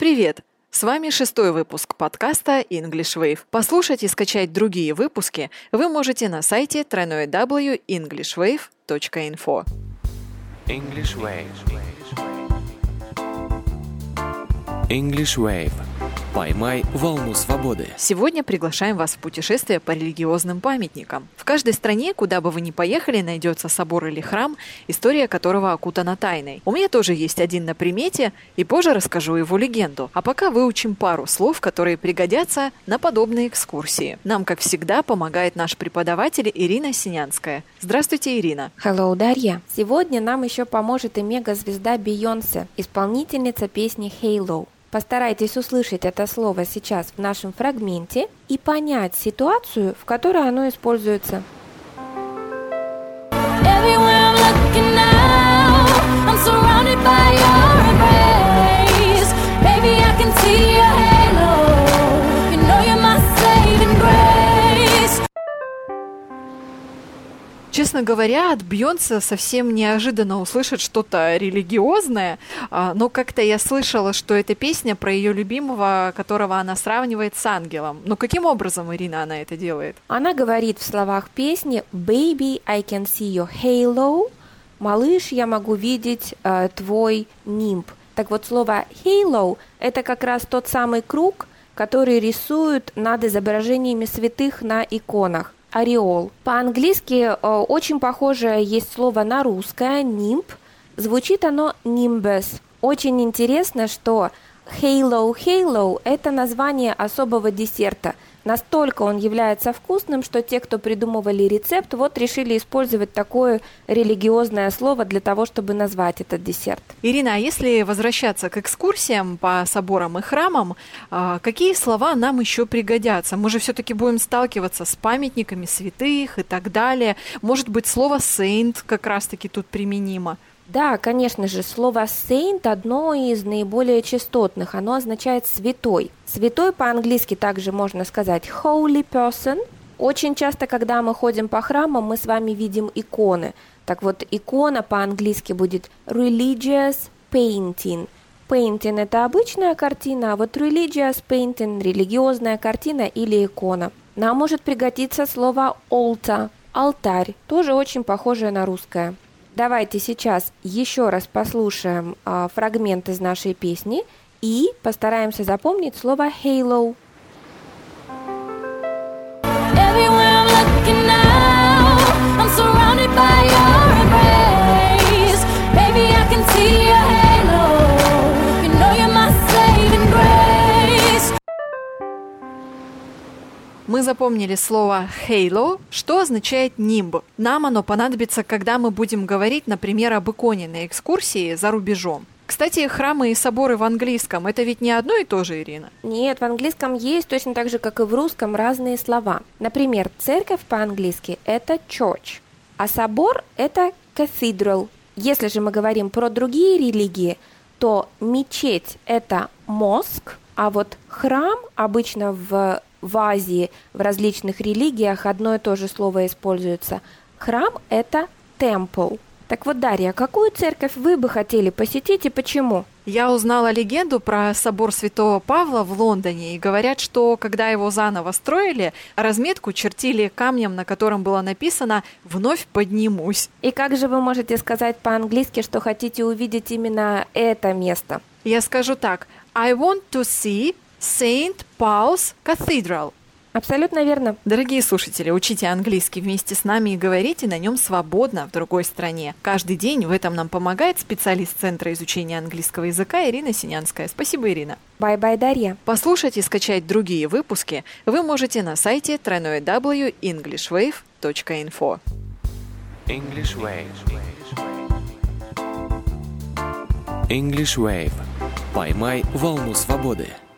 Привет! С вами 6-й выпуск подкаста English Wave. Послушать и скачать другие выпуски вы можете на сайте www.englishwave.info. English Wave. English Wave. Поймай волну свободы. Сегодня приглашаем вас в путешествие по религиозным памятникам. В каждой стране, куда бы вы ни поехали, найдется собор или храм, история которого окутана тайной. У меня тоже есть один на примете, и позже расскажу его легенду. А пока выучим пару слов, которые пригодятся на подобные экскурсии. Нам, как всегда, помогает наш преподаватель Ирина Синянская. Здравствуйте, Ирина. Hello, Дарья. Сегодня нам еще поможет и мегазвезда Бейонсе, исполнительница песни Halo. Постарайтесь услышать это слово сейчас в нашем фрагменте и понять ситуацию, в которой оно используется. Честно говоря, от Бейонсе совсем неожиданно услышать что-то религиозное, но как-то я слышала, что это песня про ее любимого, которого она сравнивает с ангелом. Но каким образом, Ирина, она это делает? Она говорит в словах песни «Baby, I can see your halo», «Малыш, я могу видеть твой нимб». Так вот, слово «halo» — это как раз тот самый круг, который рисуют над изображениями святых на иконах. Ореол. По-английски очень похожее есть слово на русское «нимб». Звучит оно «nimbus». Очень интересно, что «halo» – это название особого десерта. Настолько он является вкусным, что те, кто придумывали рецепт, решили использовать такое религиозное слово для того, чтобы назвать этот десерт. Ирина, а если возвращаться к экскурсиям по соборам и храмам, какие слова нам еще пригодятся? Мы же все-таки будем сталкиваться с памятниками святых и так далее. Может быть, слово «saint» как раз-таки тут применимо? Да, конечно же, слово saint одно из наиболее частотных, оно означает святой. Святой по-английски также можно сказать holy person. Очень часто, когда мы ходим по храмам, мы с вами видим иконы. Так вот, икона по-английски будет religious painting. Painting – это обычная картина, а вот religious painting – религиозная картина или икона. Нам может пригодиться слово altar, алтарь, тоже очень похожее на русское. Давайте сейчас еще раз послушаем фрагмент из нашей песни и постараемся запомнить слово «halo». Мы запомнили слово «halo», что означает «нимб». Нам оно понадобится, когда мы будем говорить, например, об иконе на экскурсии за рубежом. Кстати, храмы и соборы в английском – это ведь не одно и то же, Ирина? Нет, в английском есть, точно так же, как и в русском, разные слова. Например, церковь по-английски – это church, а собор – это cathedral. Если же мы говорим про другие религии, то мечеть – это mosque, а вот храм обычно в Азии, в различных религиях одно и то же слово используется. Храм – это temple. Так вот, Дарья, какую церковь вы бы хотели посетить и почему? Я узнала легенду про собор Святого Павла в Лондоне, и говорят, что когда его заново строили, разметку чертили камнем, на котором было написано «Вновь поднимусь». И как же вы можете сказать по-английски, что хотите увидеть именно это место? Я скажу так: I want to see St. Paul's Cathedral. Абсолютно верно. Дорогие слушатели, учите английский вместе с нами и говорите на нем свободно в другой стране. Каждый день в этом нам помогает специалист Центра изучения английского языка Ирина Синянская. Спасибо, Ирина. Бай-бай, Дарья. Послушать и скачать другие выпуски вы можете на сайте www.englishwave.info. English Wave. English Wave. Поймай волну свободы.